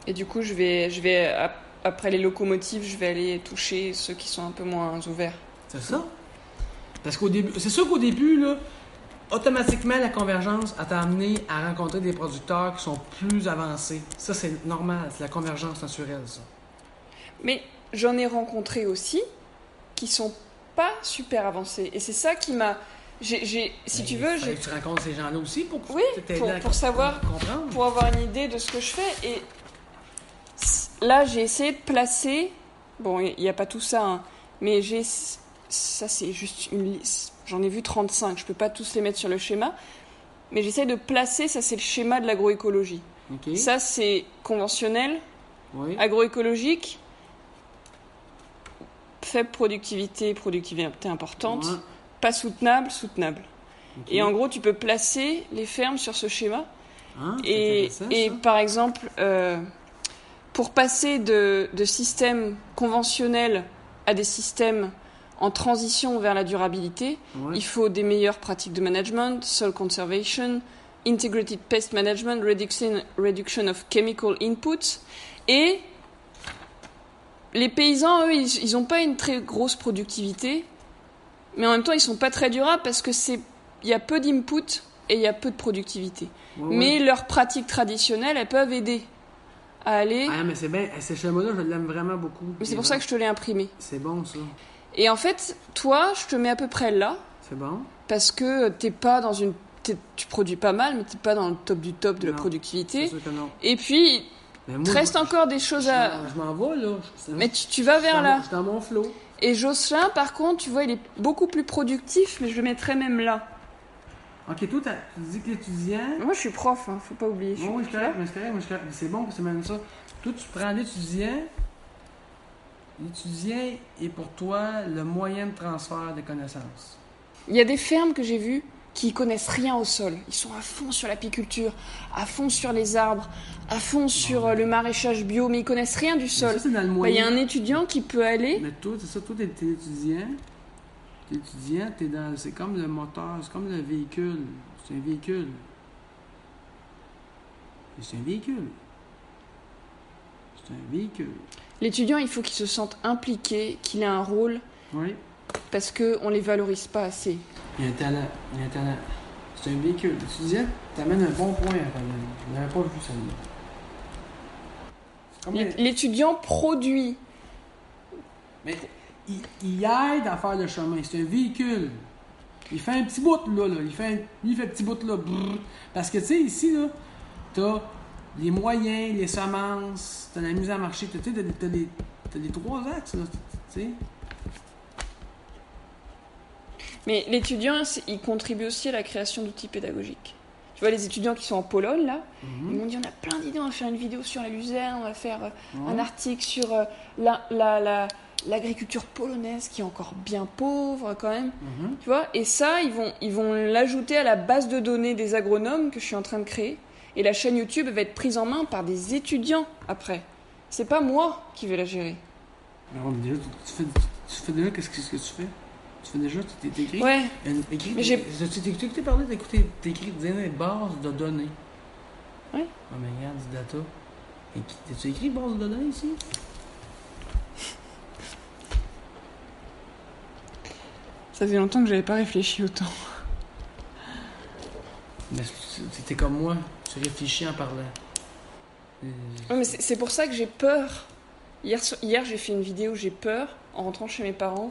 Et du coup, après les locomotives, je vais aller toucher ceux qui sont un peu moins ouverts. C'est ça? Parce qu'au début, c'est sûr qu'au début, là, automatiquement, la convergence a amené à rencontrer des producteurs qui sont plus avancés. Ça, c'est normal. C'est la convergence naturelle, ça. Mais j'en ai rencontré aussi qui sont pas super avancés. Et c'est ça qui m'a... si tu veux... Tu rencontres ces gens-là aussi pour savoir, comprendre. Pour avoir une idée de ce que je fais. Et là, j'ai essayé de placer... Bon, il n'y a pas tout ça, hein, mais ça, c'est juste une liste. J'en ai vu 35, je peux pas tous les mettre sur le schéma. Mais j'essaie de placer, ça c'est le schéma de l'agroécologie. Okay. Ça c'est conventionnel, oui. Agroécologique, faible productivité importante, ouais. Pas soutenable. Okay. Et en gros, tu peux placer les fermes sur ce schéma. Et par exemple, pour passer de systèmes conventionnels à des systèmes en transition vers la durabilité, ouais. Il faut des meilleures pratiques de management, soil conservation, integrated pest management, reduction of chemical inputs. Et les paysans, eux, ils n'ont pas une très grosse productivité, mais en même temps, ils ne sont pas très durables parce qu'il y a peu d'input et il y a peu de productivité. Ouais, mais leurs pratiques traditionnelles, elles peuvent aider à aller... Ah, mais c'est bien. Ce schéma-là, je l'aime vraiment beaucoup. Mais c'est pour ça que je te l'ai imprimé. C'est bon, ça. Et en fait, toi, je te mets à peu près là. C'est bon. Parce que t'es pas dans une... tu produis pas mal, mais t'es pas dans le top du top de la productivité. C'est sûr que non. Et puis, il te reste encore des choses à... Je m'en vais, là. Mais tu vas vers là. Je suis dans mon flow. Et Jocelyn, par contre, tu vois, il est beaucoup plus productif, mais je le mettrais même là. Ok, toi, tu dis que l'étudiant... Moi, je suis prof, hein, faut pas oublier. Oui, c'est correct, c'est bon que c'est même ça. Toi, tu prends l'étudiant... L'étudiant est pour toi le moyen de transfert des connaissances. Il y a des fermes que j'ai vues qui connaissent rien au sol. Ils sont à fond sur l'apiculture, à fond sur les arbres, à fond sur le maraîchage bio, mais ils connaissent rien du sol. Ça, c'est dans le moyen. Il y a un étudiant qui peut aller... Mais toi, c'est ça, toi, t'es étudiant. T'es étudiant, t'es dans... C'est comme le moteur, c'est comme le véhicule. C'est un véhicule. C'est un véhicule. C'est un véhicule. L'étudiant, il faut qu'il se sente impliqué, qu'il ait un rôle. Oui. Parce qu'on ne les valorise pas assez. Il y a un talent. C'est un véhicule. L'étudiant, t'amènes un bon point à Colin. Je n'avais pas vu celle-là. L'étudiant produit. Mais il aide à faire le chemin. C'est un véhicule. Il fait un petit bout là. Il fait un petit bout là. Brrr. Parce que tu sais, ici, là, t'as les moyens, les semences, t'as la mise en marché. T'as des 3 axes, là. Tu sais. Mais l'étudiant, il contribue aussi à la création d'outils pédagogiques. Tu vois, les étudiants qui sont en Pologne, là, ils m'ont dit, on a plein d'idées, on va faire une vidéo sur la luzerne, on va faire un article sur l'agriculture polonaise qui est encore bien pauvre quand même. Tu vois, et ça, ils vont l'ajouter à la base de données des agronomes que je suis en train de créer. Et la chaîne YouTube va être prise en main par des étudiants après. C'est pas moi qui vais la gérer. Alors, déjà, tu fais déjà qu'est-ce que tu fais? Tu fais déjà, tu t'écris? Ouais. Mais j'ai... Tu parlé d'écouter, t'écris des bases de données. Ouais. Oh, mais regarde, du data. Et t'as-tu écrit base de données ici? Ça fait longtemps que j'avais pas réfléchi autant. Mais c'était comme moi, tu réfléchis en parlant. Ouais, mais c'est pour ça que j'ai peur. Hier, j'ai fait une vidéo, j'ai peur, en rentrant chez mes parents,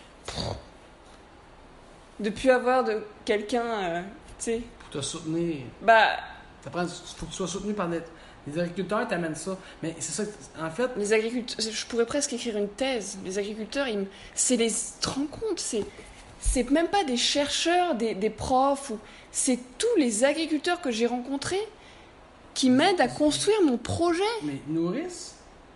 de plus avoir de quelqu'un, tu sais... Pour te soutenir. Bah... Il faut que tu sois soutenu par les agriculteurs, t'amènent ça. Mais c'est ça, en fait... Les agriculteurs... Je pourrais presque écrire une thèse. Les agriculteurs, tu te rends compte, c'est même pas des chercheurs, des profs, c'est tous les agriculteurs que j'ai rencontrés qui m'aident à construire mon projet. Mais ils nourrissent.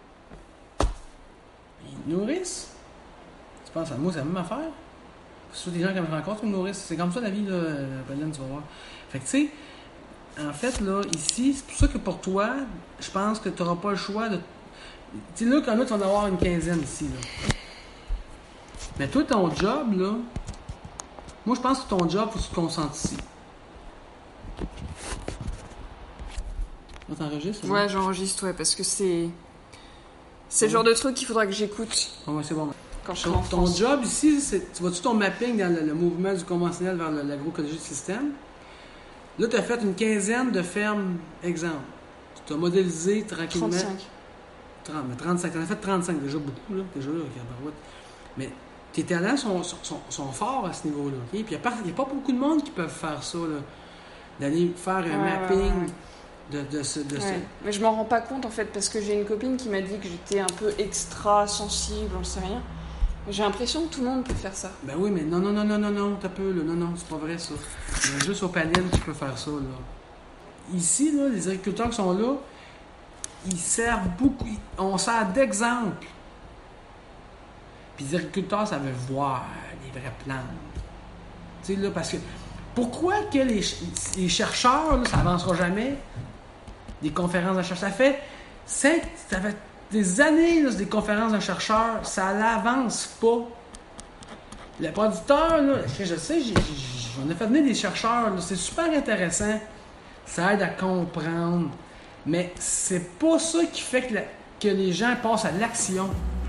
Tu penses à moi, c'est la même affaire? C'est des gens que je rencontre qui me nourrissent. C'est comme ça la vie, là, Pauline, tu vas voir. Fait que tu sais, en fait, là, ici, c'est pour ça que pour toi, je pense que tu n'auras pas le choix de... Tu sais, là, quand tu vas en avoir une quinzaine ici, là. Mais toi, ton job, là... Moi, je pense que ton job, il faut que tu te concentres ici. Là, t'enregistres? Ouais, j'enregistre, ouais, parce que c'est le genre de truc qu'il faudra que j'écoute Ouais, c'est bon. quand je serai en Ton France. job ici, tu vois-tu ton mapping dans le mouvement du conventionnel vers l'agroécologie de système? Là, tu as fait une quinzaine de fermes, exemple. Tu as modélisé tranquillement. 35. 35. Tu en as fait 35, déjà beaucoup, là. Déjà, là, mais tes talents sont forts à ce niveau-là. Okay? Puis il n'y a pas beaucoup de monde qui peuvent faire ça, là. D'aller faire un mapping de ce. Mais je m'en rends pas compte en fait, parce que j'ai une copine qui m'a dit que j'étais un peu extra sensible, j'en sais rien. J'ai l'impression que tout le monde peut faire ça. Ben oui, mais non, t'as peu, là. Non, c'est pas vrai, ça. Il y a juste au Paline qui peut faire ça, là. Ici, là, les agriculteurs qui sont là, ils servent beaucoup. On sert d'exemple. Puis les agriculteurs, ça veut voir les vraies plantes. Tu sais, là, parce que. Pourquoi que les chercheurs, là, ça avancera jamais? Des conférences de chercheurs. Ça fait des années, là, des conférences de chercheurs, ça n'avance pas. Le producteur, là, je sais, j'en ai fait venir des chercheurs, là, c'est super intéressant. Ça aide à comprendre. Mais c'est pas ça qui fait que les gens passent à l'action.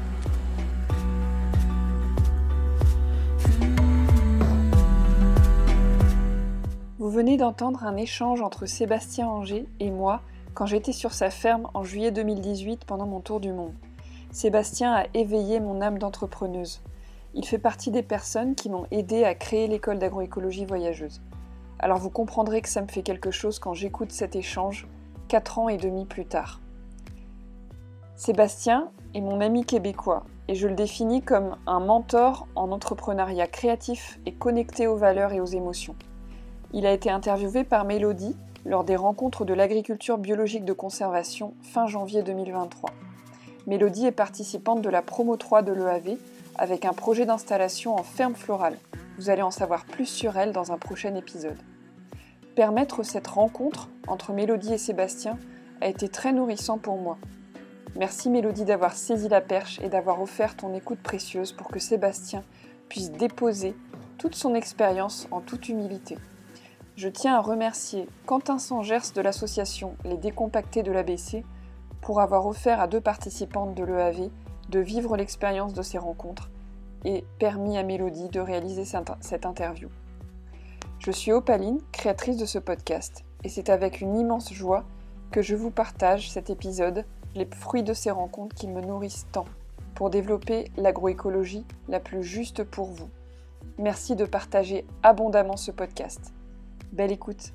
Vous venez d'entendre un échange entre Sébastien Anger et moi quand j'étais sur sa ferme en juillet 2018 pendant mon tour du monde. Sébastien a éveillé mon âme d'entrepreneuse. Il fait partie des personnes qui m'ont aidé à créer l'école d'agroécologie voyageuse. Alors vous comprendrez que ça me fait quelque chose quand j'écoute cet échange, 4 ans et demi plus tard. Sébastien est mon ami québécois et je le définis comme un mentor en entrepreneuriat créatif et connecté aux valeurs et aux émotions. Il a été interviewé par Mélodie lors des rencontres de l'agriculture biologique de conservation fin janvier 2023. Mélodie est participante de la promo 3 de l'EAV avec un projet d'installation en ferme florale. Vous allez en savoir plus sur elle dans un prochain épisode. Permettre cette rencontre entre Mélodie et Sébastien a été très nourrissant pour moi. Merci Mélodie d'avoir saisi la perche et d'avoir offert ton écoute précieuse pour que Sébastien puisse déposer toute son expérience en toute humilité. Je tiens à remercier Quentin Sangers de l'association Les Décompactés de l'ABC pour avoir offert à 2 participantes de l'EAV de vivre l'expérience de ces rencontres et permis à Mélodie de réaliser cette interview. Je suis Opaline, créatrice de ce podcast, et c'est avec une immense joie que je vous partage cet épisode, les fruits de ces rencontres qui me nourrissent tant, pour développer l'agroécologie la plus juste pour vous. Merci de partager abondamment ce podcast. Belle écoute.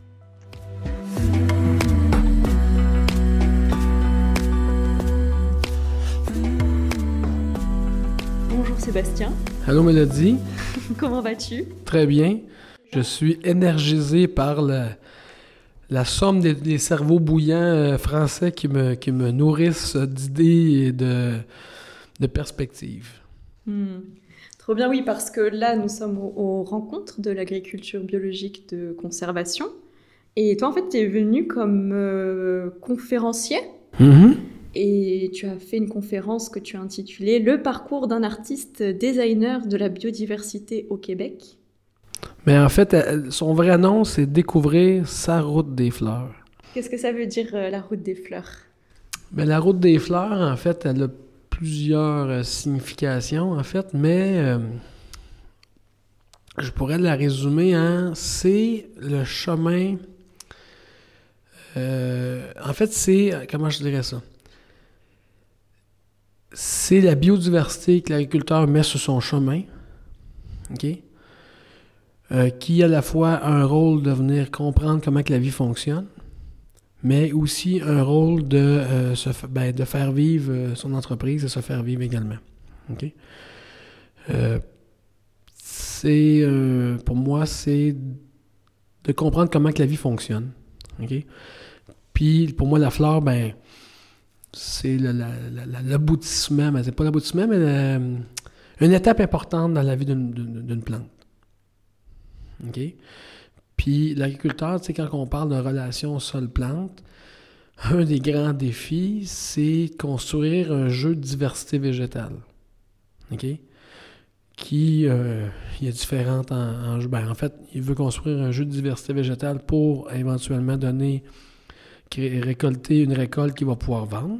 Bonjour Sébastien. Allô Mélodie. Comment vas-tu? Très bien. Je suis énergisé par la somme des cerveaux bouillants français qui me nourrissent d'idées et de perspectives. Trop bien, oui, parce que là, nous sommes aux rencontres de l'agriculture biologique de conservation. Et toi, en fait, tu es venu comme conférencier. Et tu as fait une conférence que tu as intitulée « Le parcours d'un artiste designer de la biodiversité au Québec ». Mais en fait, son vrai nom, c'est « Découvrir sa route des fleurs ». Qu'est-ce que ça veut dire, la route des fleurs? Mais la route des fleurs, en fait, elle a plusieurs significations, en fait, mais je pourrais la résumer en « c'est le chemin ». En fait, c'est... Comment je dirais ça? C'est la biodiversité que l'agriculteur met sur son chemin, OK? Qui à la fois a un rôle de venir comprendre comment que la vie fonctionne, mais aussi un rôle de faire vivre son entreprise et se faire vivre également. OK? Pour moi, c'est de comprendre comment que la vie fonctionne. OK? Puis, pour moi, la fleur, c'est l'aboutissement, mais c'est pas l'aboutissement, mais une étape importante dans la vie d'une plante. OK? Puis l'agriculteur, tu sais, quand on parle de relation sol-plante, un des grands défis, c'est construire un jeu de diversité végétale. OK? Il y a différentes en fait, il veut construire un jeu de diversité végétale pour éventuellement donner récolter une récolte qu'il va pouvoir vendre.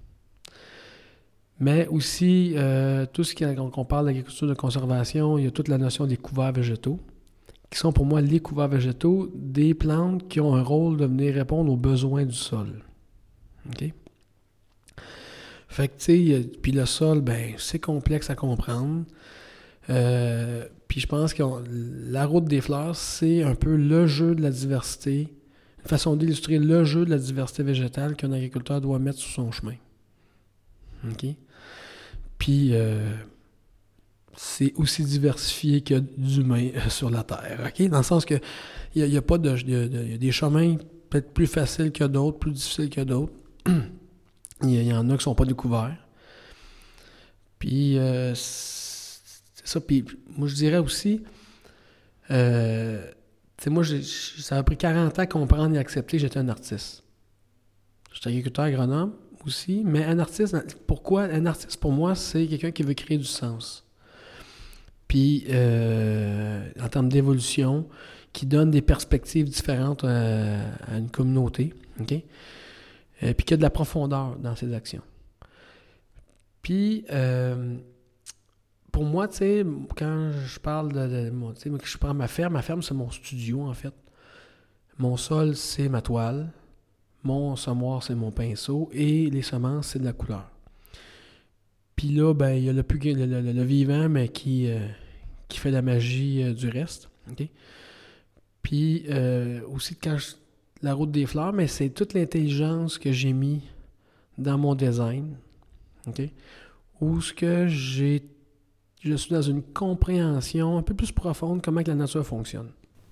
Mais aussi, tout ce quand on parle d'agriculture de conservation, il y a toute la notion des couverts végétaux, qui sont pour moi les couverts végétaux des plantes qui ont un rôle de venir répondre aux besoins du sol. OK? Fait que, tu sais, puis le sol, ben c'est complexe à comprendre. Puis je pense que la route des fleurs, c'est un peu le jeu de la diversité, une façon d'illustrer le jeu de la diversité végétale qu'un agriculteur doit mettre sur son chemin. OK? Puis, c'est aussi diversifié qu'il y a d'humains sur la Terre. OK? Dans le sens que il y a pas de, il y a des chemins peut-être plus faciles que d'autres, plus difficiles que d'autres. Il y en a qui ne sont pas découverts. Puis, c'est ça. Puis, moi, je dirais aussi, tu sais, moi, ça a pris 40 ans à comprendre et accepter que j'étais un artiste. J'étais agriculteur agronome aussi, mais un artiste, pourquoi? Un artiste, pour moi, c'est quelqu'un qui veut créer du sens. Puis, en termes d'évolution, qui donne des perspectives différentes à une communauté, OK? Puis qui a de la profondeur dans ses actions. Puis, pour moi, tu sais, quand je parle tu sais, je prends ma ferme, c'est mon studio, en fait. Mon sol, c'est ma toile. Mon semoir, c'est mon pinceau. Et les semences, c'est de la couleur. Puis là, ben, il y a le vivant, mais qui fait la magie du reste. OK? Puis, aussi, la route des fleurs, mais c'est toute l'intelligence que j'ai mis dans mon design. OK? Où ce que je suis dans une compréhension un peu plus profonde de comment que la nature fonctionne.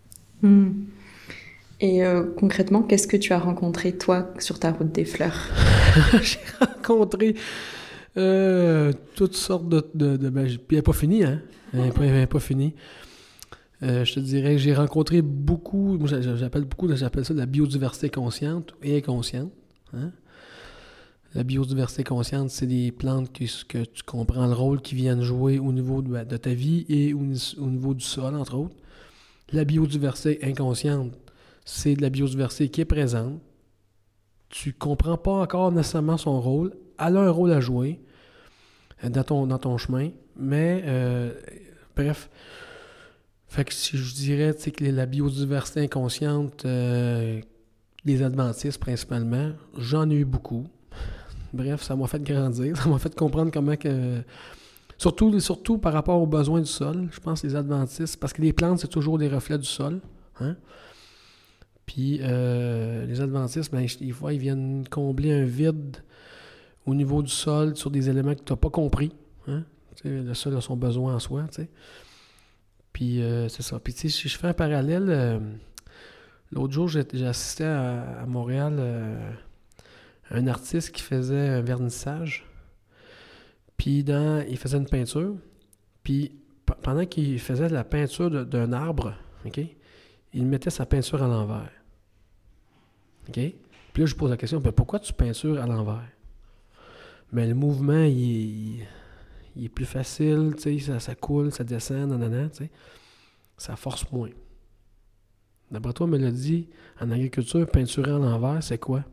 Et concrètement, qu'est-ce que tu as rencontré, toi, sur ta route des fleurs? J'ai rencontré toutes sortes de magie. Puis elle n'est pas finie, hein? Elle n'est pas finie. Je te dirais que j'ai rencontré beaucoup, moi j'appelle ça de la biodiversité consciente et inconsciente. Hein? La biodiversité consciente, c'est des plantes que tu comprends le rôle qu'ils viennent jouer au niveau de ta vie et au niveau du sol, entre autres. La biodiversité inconsciente, c'est de la biodiversité qui est présente. Tu ne comprends pas encore nécessairement son rôle. Elle a un rôle à jouer dans ton chemin, mais bref. Fait que si je dirais que la biodiversité inconsciente, les adventistes principalement, j'en ai eu beaucoup. Bref, ça m'a fait grandir, ça m'a fait comprendre comment que... Surtout par rapport aux besoins du sol, je pense les adventistes, parce que les plantes, c'est toujours des reflets du sol. Hein? Puis les adventistes, ben, des fois, ils viennent combler un vide au niveau du sol sur des éléments que tu n'as pas compris. Hein? Le sol a son besoin en soi, tu sais. Puis c'est ça. Puis tu sais, si je fais un parallèle, l'autre jour, j'ai assisté à Montréal à un artiste qui faisait un vernissage. Puis il faisait une peinture. Puis pendant qu'il faisait la peinture d'un arbre, OK, il mettait sa peinture à l'envers. OK? Puis là, je pose la question, pourquoi tu peintures à l'envers? Mais le mouvement, il est plus facile, tu sais, ça coule, ça descend, nanana, tu sais. Ça force moins. D'après toi, Mélodie, en agriculture, peinturer à l'envers, c'est quoi?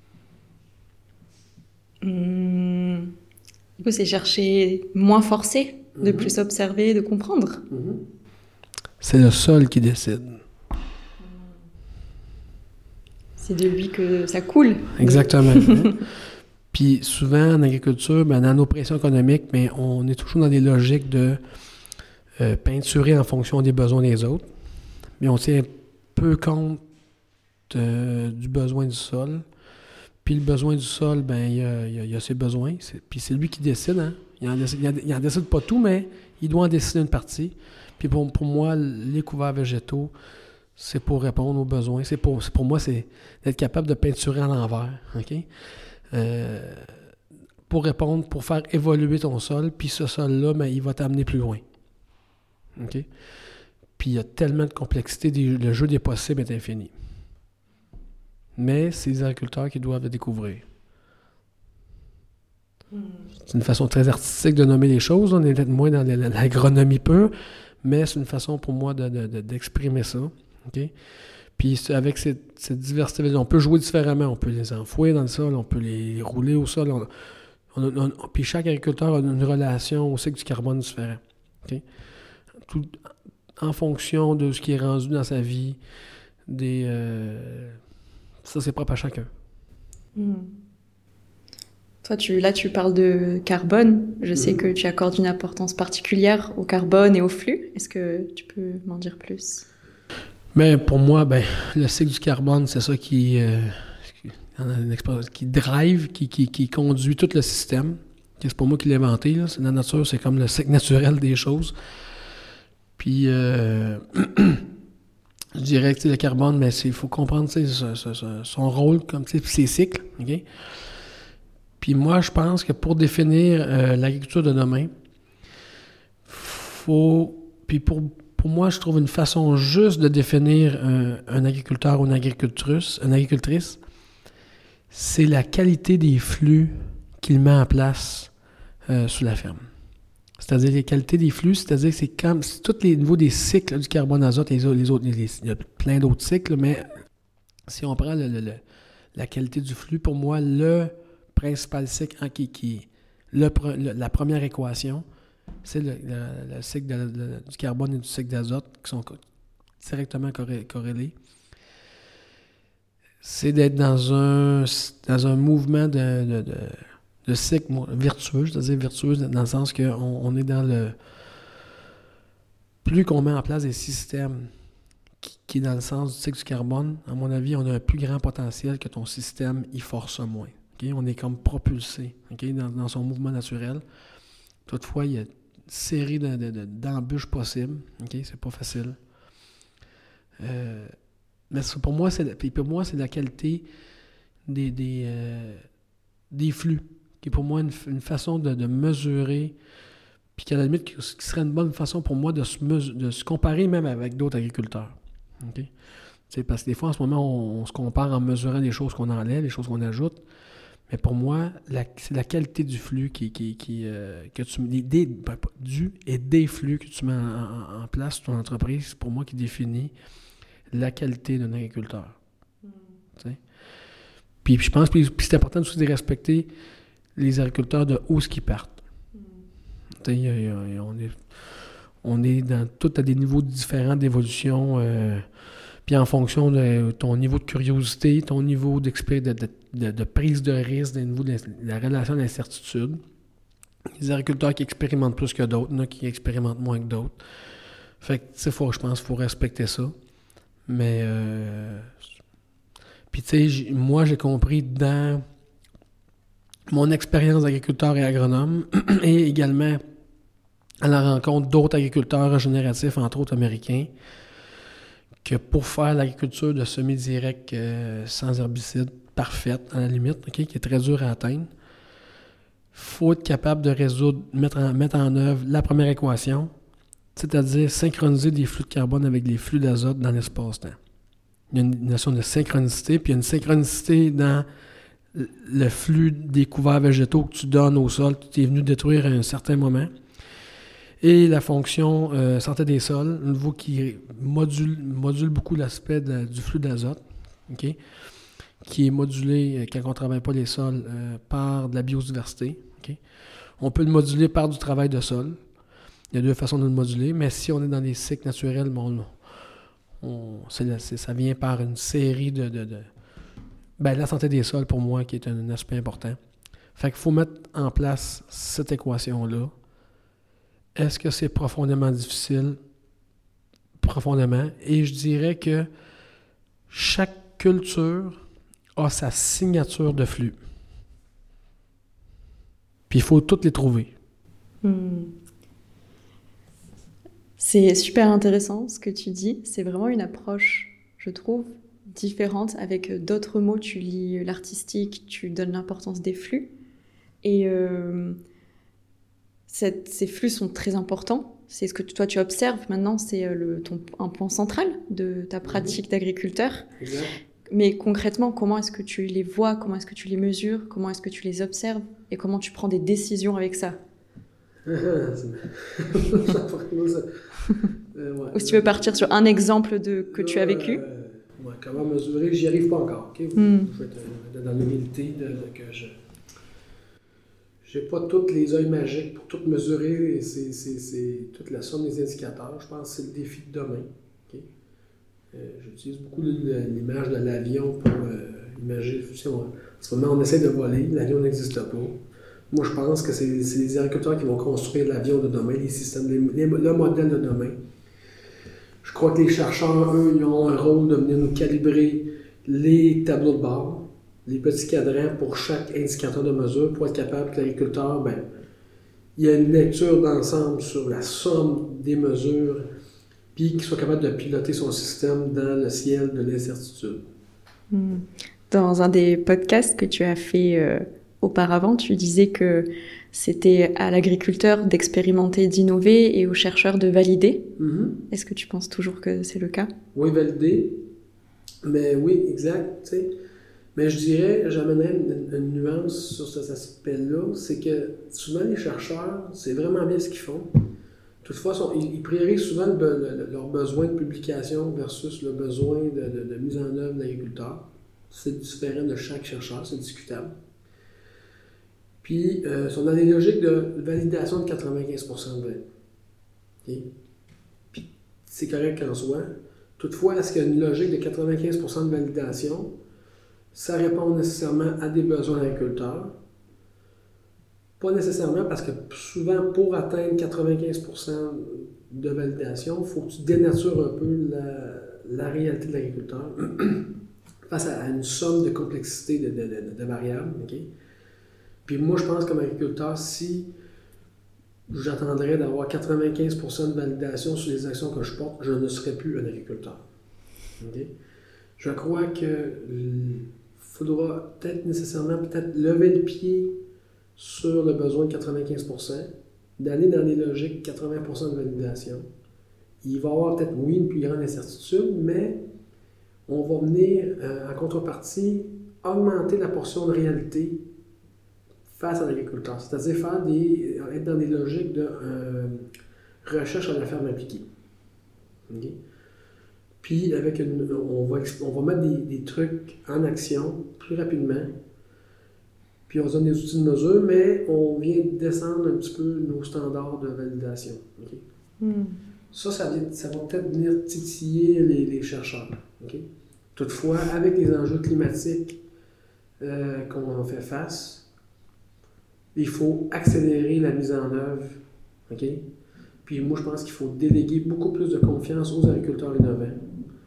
Du coup, c'est chercher moins forcé, de plus observer, de comprendre. C'est le sol qui décide. C'est de lui que ça coule. Exactement. Puis souvent, en agriculture, dans nos pressions économiques, on est toujours dans des logiques de peinturer en fonction des besoins des autres. Mais on tient un peu compte du besoin du sol. Puis le besoin du sol, il y a ses besoins. Puis c'est lui qui décide. Hein? Il en décide pas tout, mais il doit en décider une partie. Puis pour moi, les couverts végétaux, c'est pour répondre aux besoins. Pour moi, c'est d'être capable de peinturer à l'envers. OK? Pour répondre, pour faire évoluer ton sol, puis ce sol-là, il va t'amener plus loin. OK? Puis il y a tellement de complexité, le jeu des possibles est infini. Mais c'est les agriculteurs qui doivent le découvrir. C'est une façon très artistique de nommer les choses. On est peut-être moins dans l'agronomie pure, mais c'est une façon pour moi d'exprimer ça. OK? Puis avec cette diversité, on peut jouer différemment. On peut les enfouir dans le sol, on peut les rouler au sol. Puis chaque agriculteur a une relation au cycle du carbone différent. Okay? Tout en fonction de ce qui est rendu dans sa vie. Ça, c'est propre à chacun. Toi, tu parles de carbone. Je sais que tu accordes une importance particulière au carbone et au flux. Est-ce que tu peux m'en dire plus? Mais pour moi, le cycle du carbone, c'est ça qui drive, qui conduit tout le système. C'est pas moi qui l'ai inventé. Là. C'est la nature, c'est comme le cycle naturel des choses. Puis, je dirais que le carbone, il faut comprendre son rôle, comme ses cycles. Okay? Puis moi, je pense que pour définir l'agriculture de demain, puis pour moi, je trouve une façon juste de définir un agriculteur ou une agricultrice, c'est la qualité des flux qu'il met en place sur la ferme. C'est-à-dire la qualité des flux, c'est-à-dire que c'est tous les niveaux des cycles du carbone azote, il y a plein d'autres cycles, mais si on prend la qualité du flux, pour moi, le principal cycle la première équation, c'est le cycle du carbone et du cycle d'azote qui sont directement corrélés. C'est d'être dans un mouvement de cycle vertueux, c'est-à-dire vertueux dans le sens qu'on est dans plus qu'on met en place des systèmes qui est dans le sens du cycle du carbone, à mon avis, on a un plus grand potentiel que ton système y force moins. Okay? On est comme propulsé dans son mouvement naturel. Toutefois, il y a une série d'embûches possibles. Okay? C'est pas facile. Mais pour moi, c'est la qualité des flux, qui est pour moi une façon de mesurer, puis qu'à la limite, qui serait une bonne façon pour moi de se comparer même avec d'autres agriculteurs. Okay? Parce que des fois, en ce moment, on se compare en mesurant les choses qu'on enlève, les choses qu'on ajoute. Mais pour moi, c'est la qualité du flux que tu mets, des flux que tu mets en place sur ton entreprise, c'est pour moi qui définit la qualité d'un agriculteur. Puis je pense que c'est important aussi de respecter les agriculteurs de où ils partent. On est dans tout à des niveaux différents d'évolution. Puis en fonction de ton niveau de curiosité, ton niveau de prise de risque, des niveaux de la relation d'incertitude. Les agriculteurs qui expérimentent plus que d'autres, il y en a qui expérimentent moins que d'autres. Fait que, je pense qu'il faut respecter ça. Mais, puis tu sais, moi, j'ai compris dans mon expérience d'agriculteur et agronome, et également à la rencontre d'autres agriculteurs régénératifs, entre autres américains, que pour faire l'agriculture de semi-direct sans herbicide parfaite, à la limite, qui est très dur à atteindre, il faut être capable de mettre en œuvre la première équation, c'est-à-dire synchroniser des flux de carbone avec les flux d'azote dans l'espace-temps. Il y a une notion de synchronicité, puis il y a une synchronicité dans le flux des couverts végétaux que tu donnes au sol, que tu es venu détruire à un certain moment. Et la fonction santé des sols, un niveau qui module beaucoup l'aspect du flux d'azote, okay, qui est modulé quand on ne travaille pas les sols par de la biodiversité. Okay. On peut le moduler par du travail de sol. Il y a deux façons de le moduler, mais si on est dans des cycles naturels, ça vient par une série la santé des sols, pour moi, qui est un aspect important. Fait qu'il faut mettre en place cette équation-là. Est-ce que c'est profondément difficile? Profondément. Et je dirais que chaque culture a sa signature de flux. Puis il faut toutes les trouver. C'est super intéressant ce que tu dis. C'est vraiment une approche, je trouve, différente. Avec d'autres mots, tu lis l'artistique, tu donnes l'importance des flux. Et ces flux sont très importants. C'est ce que toi tu observes maintenant, c'est un point central de ta pratique d'agriculteur. Exact. Mais concrètement, comment est-ce que tu les vois? Comment est-ce que tu les mesures? Comment est-ce que tu les observes? Et comment tu prends des décisions avec ça? Ou si tu veux partir sur un exemple que tu as vécu. Ouais. comment mesurer, j'y arrive pas encore. Okay? Je vais être dans l'humilité que je n'ai pas tous les œils magiques pour tout mesurer. C'est toute la somme des indicateurs. Je pense que c'est le défi de demain. Okay? J'utilise beaucoup l'image de l'avion pour imaginer. En ce moment, on essaie de voler, l'avion n'existe pas. Moi, je pense que c'est les agriculteurs qui vont construire l'avion de demain, les systèmes, le modèle de demain. Je crois que les chercheurs, eux, ils ont un rôle de venir nous calibrer les tableaux de bord, les petits cadrans pour chaque indicateur de mesure, pour être capable que l'agriculteur, il y a une lecture d'ensemble sur la somme des mesures, puis qu'il soit capable de piloter son système dans le ciel de l'incertitude. Dans un des podcasts que tu as fait auparavant, tu disais que c'était à l'agriculteur d'expérimenter, d'innover et aux chercheurs de valider. Est-ce que tu penses toujours que c'est le cas? Oui, valider. Mais oui, exact. T'sais. Mais je dirais, j'amènerais une nuance sur cet aspect-là, c'est que souvent les chercheurs, c'est vraiment bien ce qu'ils font. Toutefois, ils priorisent souvent leur besoin de publication versus le besoin de mise en œuvre de l'agriculteur. C'est différent de chaque chercheur, c'est discutable. Puis, ils sont dans des logiques de validation de 95% de vrai. Okay? Puis, c'est correct en soi. Toutefois, est-ce qu'il y a une logique de 95% de validation? Ça répond nécessairement à des besoins d'agriculteurs. Pas nécessairement parce que souvent, pour atteindre 95% de validation, il faut que tu dénatures un peu la réalité de l'agriculteur face à une somme de complexité de variables. Okay? Puis moi, je pense comme agriculteur, si j'attendrais d'avoir 95% de validation sur les actions que je porte, je ne serais plus un agriculteur. Okay? Je crois qu'il faudra nécessairement lever le pied sur le besoin de 95%, d'aller dans des logiques 80% de validation. Il va y avoir peut-être, oui, une plus grande incertitude, mais on va venir, en contrepartie, augmenter la portion de réalité face à l'agriculteur, c'est-à-dire être dans des logiques de recherche à la ferme appliquée. Okay? Puis, on va mettre des trucs en action plus rapidement, puis on se donne des outils de mesure, mais on vient descendre un petit peu nos standards de validation. Okay? Ça va peut-être venir titiller les chercheurs. Okay? Toutefois, avec les enjeux climatiques qu'on fait face, il faut accélérer la mise en œuvre. Okay? Puis moi, je pense qu'il faut déléguer beaucoup plus de confiance aux agriculteurs innovants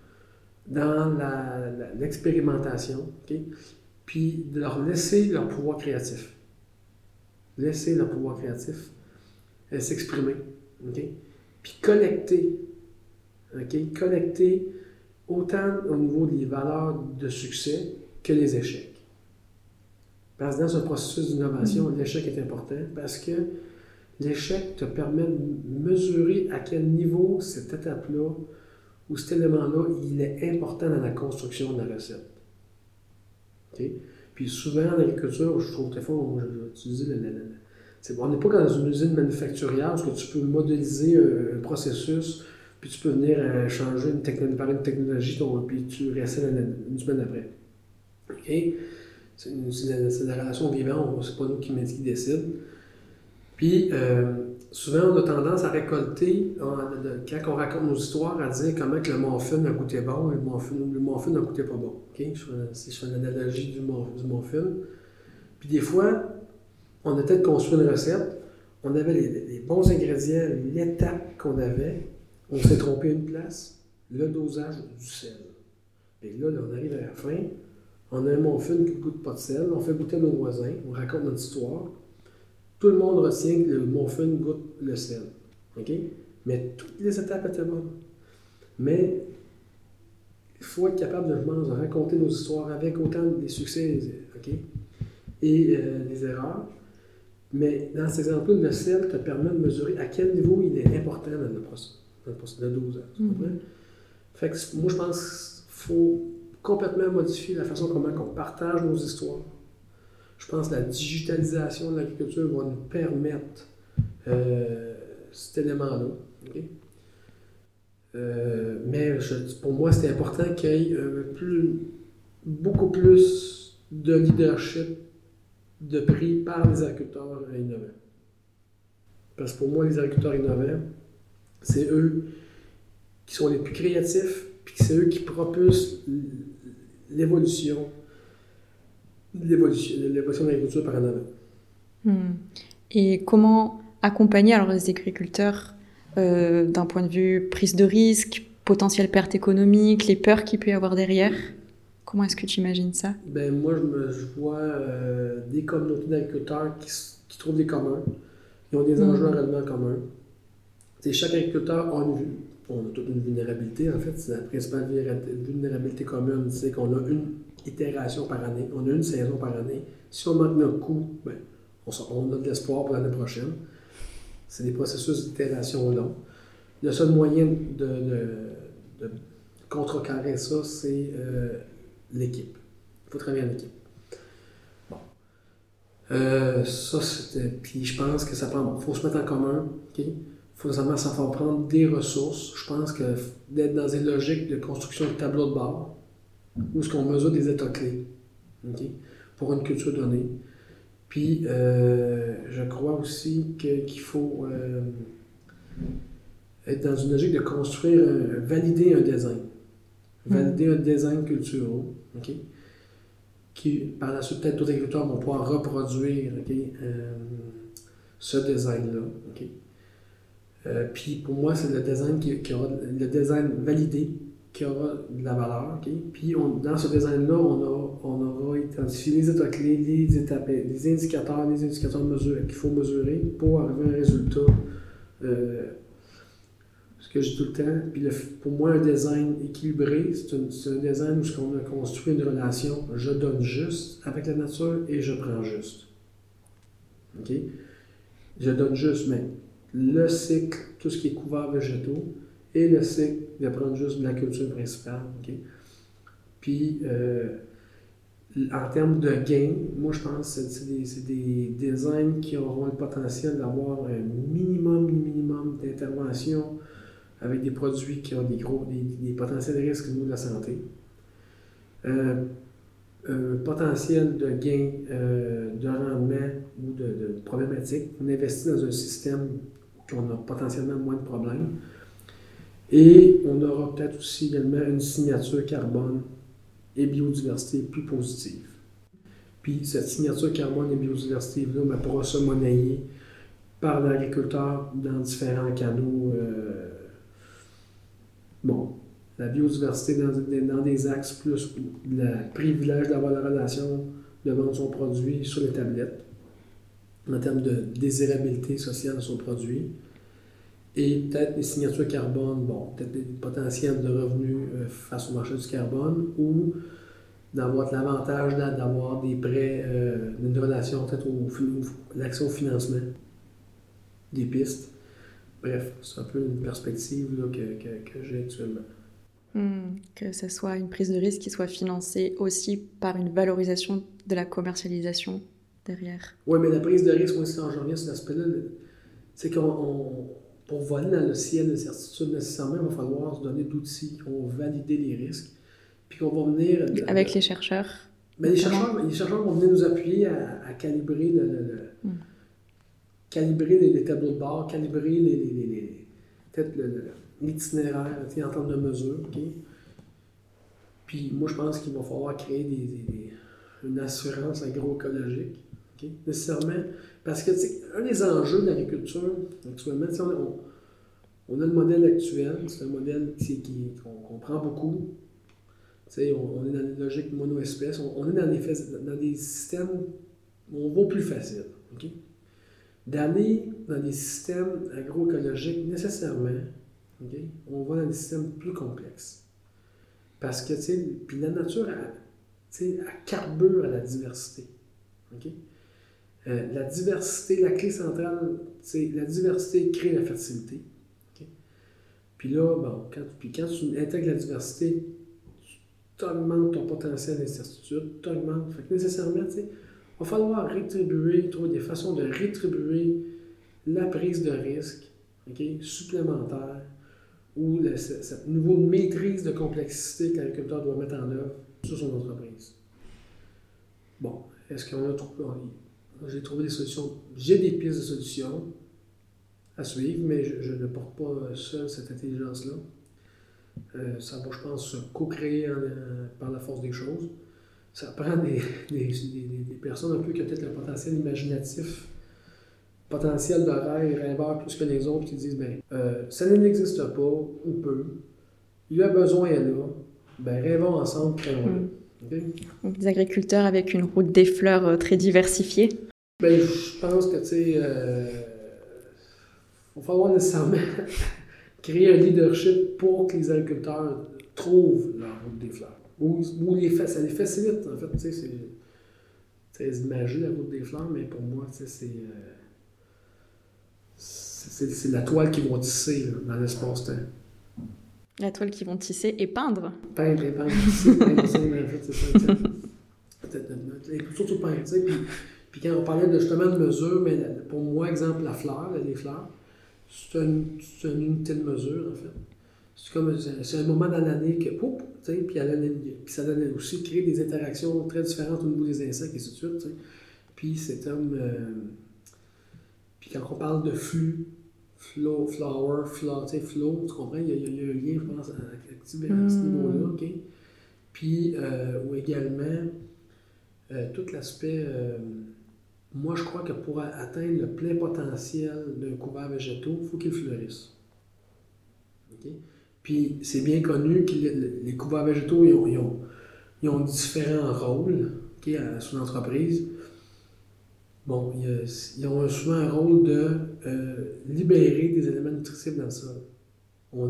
dans l'expérimentation, okay? Puis de leur laisser leur pouvoir créatif. Laisser leur pouvoir créatif s'exprimer. Okay? Puis connecter. Okay? Connecter autant au niveau des valeurs de succès que les échecs. Parce que dans ce processus d'innovation, l'échec est important parce que l'échec te permet de mesurer à quel niveau cette étape-là ou cet élément-là, il est important dans la construction de la recette. Okay? Puis souvent, en agriculture, je trouve que des fois, moi, j'utilise on n'est pas dans une usine manufacturière où tu peux modéliser un processus, puis tu peux venir changer par une technologie, puis tu réessais une semaine après. Okay? C'est la relation vivante, c'est pas nous qui décide. Puis, souvent, on a tendance à récolter, quand on raconte nos histoires, à dire comment que le muffin a goûté bon et le muffin n'a goûté pas bon. Okay? Si je fais une analogie du muffin. Puis des fois, on a peut-être construit une recette, on avait les bons ingrédients, l'étape qu'on avait, on s'est trompé une place, le dosage du sel. Et là, on arrive à la fin, on a un muffin qui ne goûte pas de sel, on fait goûter à nos voisins, on raconte notre histoire. Tout le monde retient que le muffin goûte le sel. Okay? Mais toutes les étapes étaient bonnes. Mais il faut être capable de raconter nos histoires avec autant des succès et des erreurs. Mais dans cet exemple-là, le sel te permet de mesurer à quel niveau il est important dans le processus de dosage. Fait que moi, je pense qu'il faut complètement modifier la façon comment on partage nos histoires. Je pense que la digitalisation de l'agriculture va nous permettre cet élément-là. Okay? Mais pour moi, c'était important qu'il y ait beaucoup plus de leadership de pris par les agriculteurs innovants. Parce que pour moi, les agriculteurs innovants, c'est eux qui sont les plus créatifs, puis c'est eux qui propulsent l'évolution de l'agriculture par en avant. Et comment accompagner alors les agriculteurs d'un point de vue prise de risque, potentielle perte économique, les peurs qu'il peut y avoir derrière? Comment est-ce que tu imagines ça? Ben, moi, je vois des communautés d'agriculteurs qui trouvent des communs. Ils ont des enjeux réellement communs. T'sais, chaque agriculteur a on a toute une vulnérabilité, en fait. C'est la principale vulnérabilité commune, c'est qu'on a une itération par année, on a une saison par année. Si on manque notre coup, ben, on a de l'espoir pour l'année prochaine. C'est des processus d'itération longs. Le seul moyen de contrecarrer ça, c'est l'équipe. Il faut travailler en équipe. Bon. Ça, c'était. Puis je pense que ça prend. Il faut se mettre en commun. Il faut vraiment s'en faire prendre des ressources. Je pense que d'être dans une logique de construction de tableau de bord, où est-ce qu'on mesure des états clés, pour une culture donnée. Puis, je crois aussi qu'il faut être dans une logique de construire, valider un design. Valider un design culturel, qui, par la suite, peut-être d'autres agriculteurs vont pouvoir reproduire ce design-là. Puis, pour moi, c'est le design qui aura le design validé, qui aura de la valeur. Puis, dans ce design-là, on aura identifié les états clés, les indicateurs qu'il faut mesurer pour arriver à un résultat. Ce que je dis tout le temps. Puis, pour moi, un design équilibré, c'est un design où on a construit une relation je donne juste avec la nature et je prends juste. Je donne juste, mais le cycle, tout ce qui est couvert végétaux, et le cycle de prendre juste de la culture principale. Puis, en termes de gain, moi je pense que c'est des designs qui auront le potentiel d'avoir un minimum d'intervention avec des produits qui ont des potentiels risques au niveau de la santé. Potentiel de gain de rendement ou de problématiques. On investit dans un système qu'on a potentiellement moins de problèmes. Et on aura peut-être aussi également une signature carbone et biodiversité plus positive. Puis cette signature carbone et biodiversité-là pourra se monnayer par l'agriculteur dans différents canaux. La biodiversité dans des axes plus le privilège d'avoir la relation de vendre son produit sur les tablettes, en termes de désirabilité sociale de son produit. Et peut-être des signatures carbone, peut-être des potentiels de revenus face au marché du carbone, ou d'avoir l'avantage d'avoir des prêts, une relation peut-être l'accès au financement, des pistes. Bref, c'est un peu une perspective là, que j'ai actuellement. Que ce soit une prise de risque qui soit financée aussi par une valorisation de la commercialisation derrière. Oui, mais la prise de risque, moi, si j'en reviens sur cet aspect-là, c'est qu'on pour voler dans le ciel de certitude, nécessairement, il va falloir se donner d'outils qui vont valider les risques, puis qu'on va venir... Avec les chercheurs. Mais les chercheurs vont venir nous appuyer à calibrer calibrer les tableaux de bord, calibrer peut-être l'itinéraire en termes de mesure. Puis moi, je pense qu'il va falloir créer une assurance agroécologique. Nécessairement, parce que un des enjeux de l'agriculture, actuellement, on a le modèle actuel, c'est un modèle qu'on prend beaucoup. On est dans une logique mono-espèce, on est dans des systèmes où on va plus facile. D'aller dans des systèmes agroécologiques, nécessairement, on va dans des systèmes plus complexes. Parce que puis la nature, elle carbure à la diversité. La diversité, la clé centrale, c'est la diversité crée la fertilité. Puis là, quand tu intègres la diversité, tu augmentes ton potentiel d'incertitude, tu augmentes. Fait que nécessairement, il va falloir trouver des façons de rétribuer la prise de risque supplémentaire ou ce niveau de maîtrise de complexité que l'agriculteur doit mettre en œuvre sur son entreprise. Bon, est-ce qu'on a trouvé... J'ai trouvé des solutions, j'ai des pistes de solutions à suivre, mais je ne porte pas seul cette intelligence-là. Ça va, je pense, se co-créer par la force des choses. Ça prend des personnes un peu qui ont peut-être un potentiel imaginatif, potentiel de rêveur plus que les autres, qui disent ça n'existe pas, ou peu, le besoin est là, rêvons ensemble, créons-le. Okay? Donc, des agriculteurs avec une route des fleurs très diversifiée. Je pense que, tu sais, il va falloir nécessairement créer un leadership pour que les agriculteurs trouvent leur route des fleurs. Ou ça les facilite, en fait, tu sais, c'est magique la route des fleurs, mais pour moi, tu sais, c'est la toile qu'ils vont tisser là, dans l'espace-temps. La toile qu'ils vont tisser et peindre. Peindre, tisser, en fait, c'est ça. Peut-être surtout peindre, tu sais. Puis quand on parlait justement de mesure, mais pour moi, exemple, les fleurs, c'est une unité de mesure, en fait. C'est un moment dans l'année que, tu sais, puis ça donne aussi créer des interactions très différentes au niveau des insectes et ainsi de suite, tu sais. Puis c'est comme... puis quand on parle de flux, flow, flower, tu sais, flow, tu comprends, il y a un lien, je pense, activé à ce niveau-là, OK? Puis, ou également, tout l'aspect... moi, je crois que pour atteindre le plein potentiel d'un couvert végétaux, il faut qu'il fleurisse. OK? Puis, c'est bien connu que les couverts végétaux, ils ont différents rôles, OK, sur l'entreprise. Bon, ils ont souvent un rôle de libérer des éléments nutritifs dans le sol. On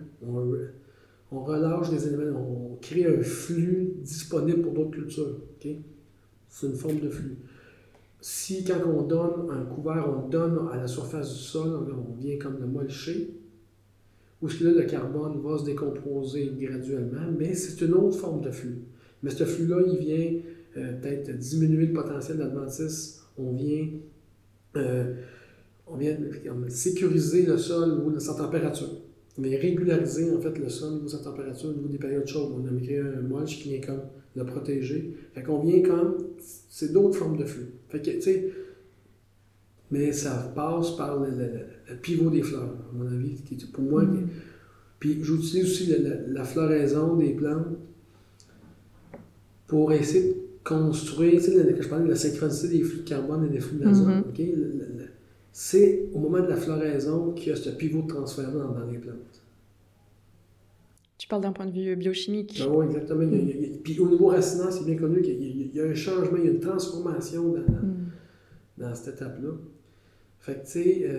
relâche des éléments, on crée un flux disponible pour d'autres cultures. OK? C'est une forme de flux. Si, quand on donne un couvert, on le donne à la surface du sol, on vient comme le molcher, où ce que là, le carbone va se décomposer graduellement, mais c'est une autre forme de flux. Mais ce flux-là, il vient peut-être diminuer le potentiel d'adventice. On vient sécuriser le sol au niveau de sa température. On vient régulariser en fait le sol au niveau de sa température, au niveau des périodes chaudes. On a créé un mulch qui vient comme le protéger. Fait qu'on vient comme... C'est d'autres formes de flux. Fait que, tu sais... Mais ça passe par le pivot des fleurs, à mon avis, qui est pour moi... Puis j'utilise aussi la floraison des plantes pour essayer de construire, tu sais, quand je parlais de la synchronicité des flux de carbone et des flux d'azote, OK? C'est au moment de la floraison qu'il y a ce pivot de transfert dans les plantes. Tu parles d'un point de vue biochimique. Oui, exactement. Puis au niveau racinant, c'est bien connu qu'il y a un changement, il y a une transformation dans cette étape-là. Fait que, tu sais,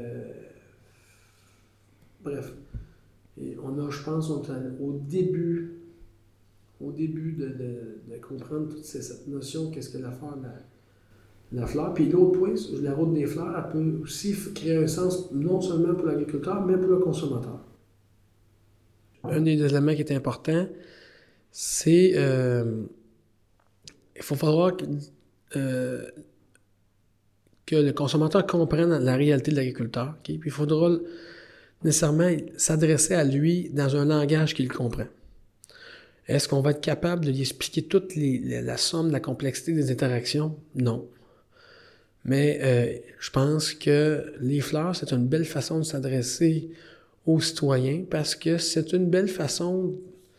bref, et on a, je pense, au début de comprendre toute cette notion, qu'est-ce que la fleur. Puis l'autre point, la route des fleurs, elle peut aussi créer un sens non seulement pour l'agriculteur, mais pour le consommateur. Un des éléments qui est important, c'est il faut falloir que le consommateur comprenne la réalité de l'agriculteur. Okay? Puis il faudra nécessairement s'adresser à lui dans un langage qu'il comprend. Est-ce qu'on va être capable de lui expliquer toute la somme, la complexité des interactions? Non. Mais je pense que les fleurs, c'est une belle façon de s'adresser aux citoyens parce que c'est une belle façon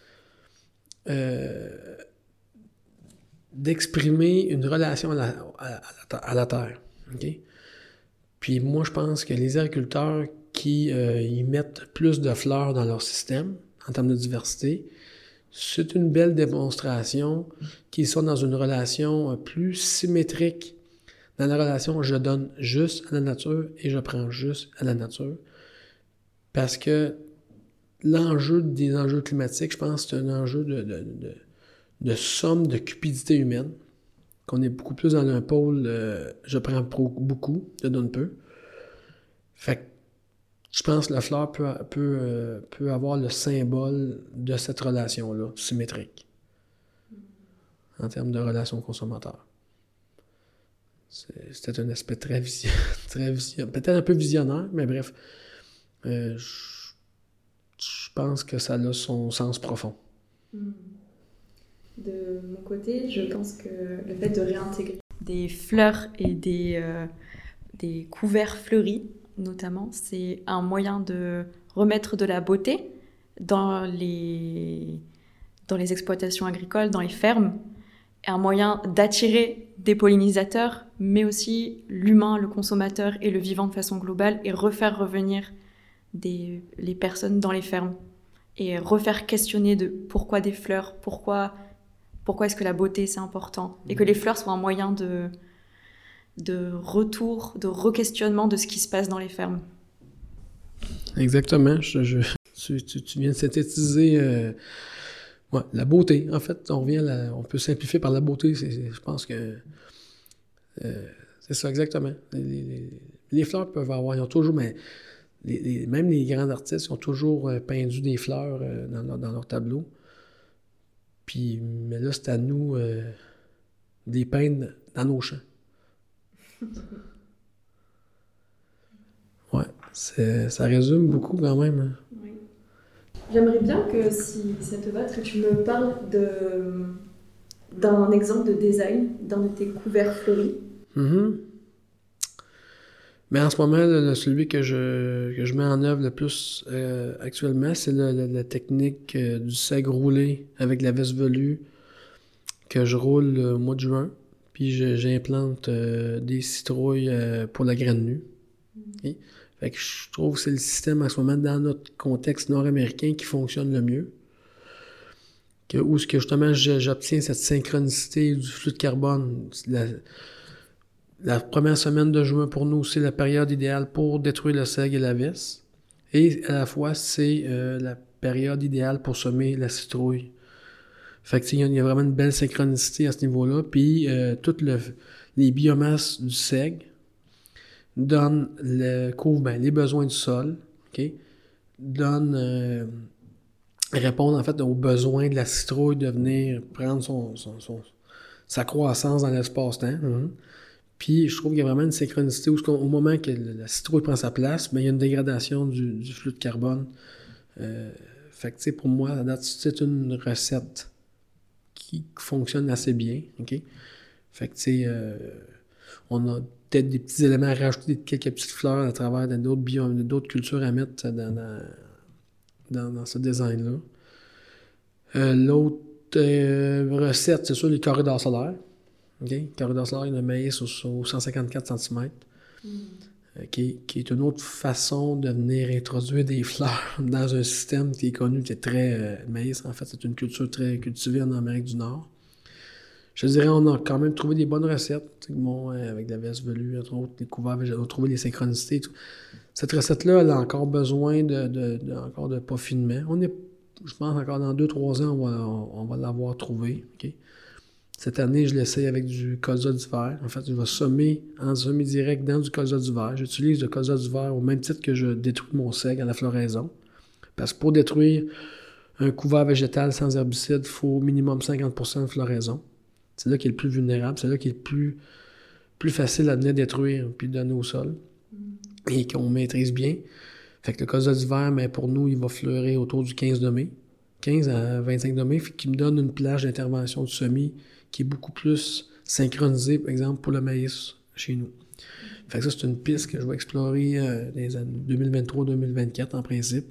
d'exprimer une relation à la terre. Okay? Puis moi, je pense que les agriculteurs qui y mettent plus de fleurs dans leur système, en termes de diversité, c'est une belle démonstration qu'ils sont dans une relation plus symétrique. Dans la relation, je donne juste à la nature et je prends juste à la nature. Parce que l'enjeu des enjeux climatiques, je pense que c'est un enjeu de somme de cupidité humaine. Qu'on est beaucoup plus dans un pôle je prends beaucoup, je donne peu. Fait que je pense que la fleur peut avoir le symbole de cette relation-là, symétrique, en termes de relation consommateur. C'était un aspect très peut-être un peu visionnaire, mais bref. Je pense que ça a son sens profond. De mon côté, je pense que le fait de réintégrer des fleurs et des couverts fleuris, notamment, c'est un moyen de remettre de la beauté dans les exploitations agricoles, dans les fermes, et un moyen d'attirer des pollinisateurs, mais aussi l'humain, le consommateur et le vivant de façon globale, et refaire revenir les personnes dans les fermes, et refaire questionner de pourquoi des fleurs, pourquoi est-ce que la beauté c'est important, et que les fleurs soient un moyen de retour, de re-questionnement de ce qui se passe dans les fermes. Exactement. Tu viens de synthétiser la beauté. En fait, on peut simplifier par la beauté. Je pense que c'est ça, exactement. Les fleurs peuvent avoir, ils ont toujours, mais même les grands artistes ont toujours peindu des fleurs dans leur tableau. Mais là, c'est à nous de les peindre dans nos champs. Ouais, ça résume beaucoup quand même. Hein. Oui. J'aimerais bien que, si ça te va, que tu me parles d'un exemple de design d'un de tes couverts fleuris. Mm-hmm. Mais en ce moment, celui que je mets en œuvre le plus actuellement, c'est la technique du seigle roulé avec la veste velue que je roule au mois de juin. Puis j'implante des citrouilles pour la graine nue. Okay? Fait que je trouve que c'est le système en ce moment dans notre contexte nord-américain qui fonctionne le mieux. Où ce que justement j'obtiens cette synchronicité du flux de carbone. La première semaine de juin pour nous, c'est la période idéale pour détruire le seigle et la veste. Et à la fois, c'est la période idéale pour semer la citrouille. Fait que il y a vraiment une belle synchronicité à ce niveau-là. Puis toutes les biomasses du seigle couvrent les besoins du sol, okay? Répondent en fait aux besoins de la citrouille de venir prendre sa croissance dans l'espace-temps. Mm-hmm. Puis je trouve qu'il y a vraiment une synchronicité où au moment que la citrouille prend sa place, il y a une dégradation du flux de carbone. Fait que pour moi, à date, c'est une recette qui fonctionne assez bien. Okay? Fait que on a peut-être des petits éléments à rajouter, quelques petites fleurs à travers d'autres cultures à mettre dans ce design-là. L'autre recette, c'est sûr, les corridors solaires. Okay? Corridor solaire de maïs au 154 cm. Qui est une autre façon de venir introduire des fleurs dans un système qui est connu, qui est très maïs. En fait, c'est une culture très cultivée en Amérique du Nord. Je dirais, on a quand même trouvé des bonnes recettes. Avec la veste velue, entre autres, les couverts, on a trouvé les synchronicités. Tout. Cette recette-là, elle a encore besoin encore de peaufinement. Je pense encore dans 2-3 ans, on va l'avoir trouvé. Okay? Cette année, je l'essaye avec du colza d'hiver. En fait, je vais semer en semi-direct dans du colza d'hiver. J'utilise le colza d'hiver au même titre que je détruis mon seigle à la floraison. Parce que pour détruire un couvert végétal sans herbicide, il faut au minimum 50% de floraison. C'est là qui est le plus vulnérable, c'est là qui est le plus facile à venir détruire puis donner au sol. Et qu'on maîtrise bien. Fait que le colza d'hiver, mais pour nous, il va fleurir autour du 15 de mai. 15 à 25 de mai, qui me donne une plage d'intervention du semis qui est beaucoup plus synchronisée, par exemple, pour le maïs chez nous. Fait que ça, c'est une piste que je vais explorer dans les années 2023-2024, en principe.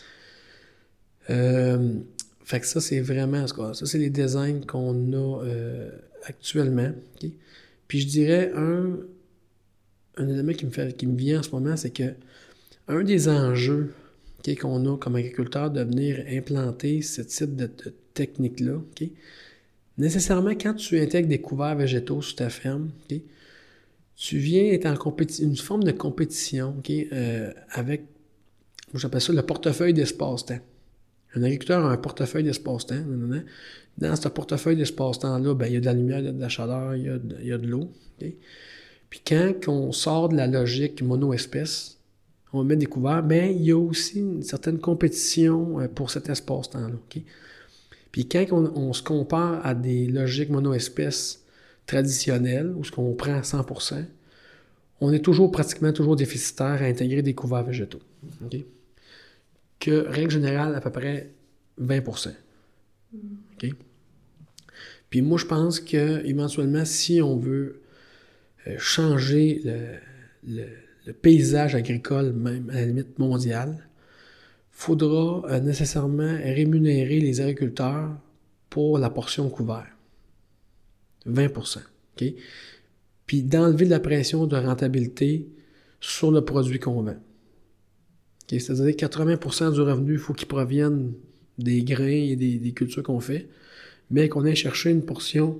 Fait que ça, c'est vraiment... Ça, c'est les designs qu'on a actuellement. Okay? Puis je dirais, un élément qui me vient en ce moment, c'est que un des enjeux qu'on a comme agriculteur de venir implanter ce type de technique-là, okay? Nécessairement, quand tu intègres des couverts végétaux sur ta ferme, okay, tu viens être en une forme de compétition okay, avec, j'appelle ça le portefeuille d'espace-temps. Un agriculteur a un portefeuille d'espace-temps. Dans ce portefeuille d'espace-temps-là, il y a de la lumière, il y a de la chaleur, il y a de l'eau. Okay? Puis quand on sort de la logique mono-espèce, on met des couverts, il y a aussi une certaine compétition pour cet espace-temps-là. Okay? Puis quand on se compare à des logiques mono-espèces traditionnelles, où ce qu'on prend à 100%, on est pratiquement toujours déficitaire à intégrer des couverts végétaux. Okay? que, règle générale, à peu près 20%. OK? Puis moi, je pense qu'éventuellement, si on veut changer le paysage agricole, même à la limite mondiale, il faudra nécessairement rémunérer les agriculteurs pour la portion couverte. 20%. OK? Puis d'enlever de la pression de rentabilité sur le produit qu'on vend. Okay? C'est-à-dire que 80% du revenu, il faut qu'il provienne des grains et des cultures qu'on fait, mais qu'on ait cherché une portion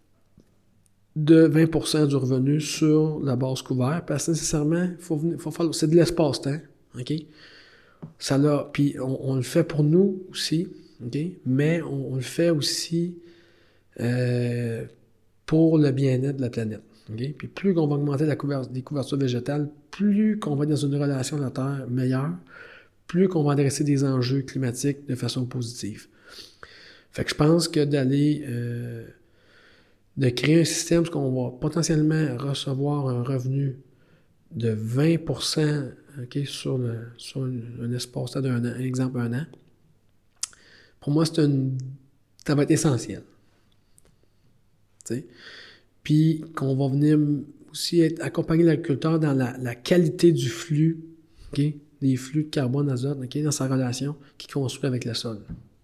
de 20% du revenu sur la base couverte, parce que nécessairement, c'est de l'espace-temps. OK? Puis on le fait pour nous aussi, okay? Mais on le fait aussi pour le bien-être de la planète. Okay? Puis plus qu'on va augmenter des couvertures végétales, plus qu'on va être dans une relation de la Terre meilleure, plus qu'on va adresser des enjeux climatiques de façon positive. Fait que je pense que de créer un système où on va potentiellement recevoir un revenu de 20% okay, sur un espace d'un an, exemple un an, pour moi, ça va être essentiel. T'sais? Puis qu'on va venir aussi accompagner l'agriculteur dans la qualité du flux, okay, des flux de carbone, azote, okay, dans sa relation qu'il construit avec le sol.